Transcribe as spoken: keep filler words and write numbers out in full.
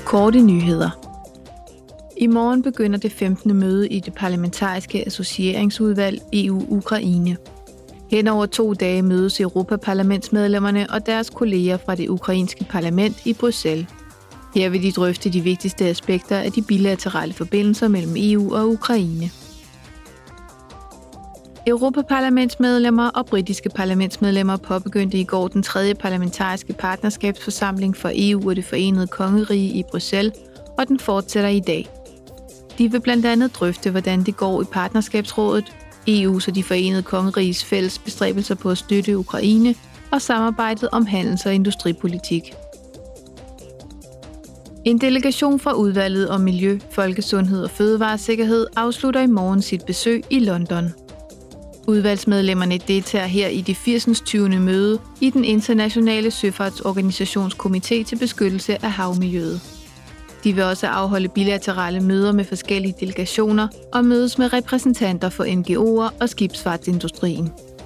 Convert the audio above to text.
Korte nyheder. I morgen begynder det femtende møde i det parlamentariske associeringsudvalg E U-Ukraine. Hen over to dage mødes Europaparlamentsmedlemmerne og deres kolleger fra det ukrainske parlament i Bruxelles. Her vil de drøfte de vigtigste aspekter af de bilaterale forbindelser mellem E U og Ukraine. Europaparlamentsmedlemmer og britiske parlamentsmedlemmer påbegyndte i går den tredje parlamentariske partnerskabsforsamling for E U og det forenede kongerige i Bruxelles, og den fortsætter i dag. De vil blandt andet drøfte, hvordan det går i partnerskabsrådet, E U's og de forenede kongeriges fælles bestræbelser på at støtte Ukraine og samarbejdet om handels- og industripolitik. En delegation fra udvalget om miljø, folkesundhed og fødevaresikkerhed afslutter i morgen sit besøg i London. Udvalgsmedlemmerne deltager her i det firsindstyvende møde i den internationale søfartsorganisations komité til beskyttelse af havmiljøet. De vil også afholde bilaterale møder med forskellige delegationer og mødes med repræsentanter for N G O'er og skibsfartsindustrien.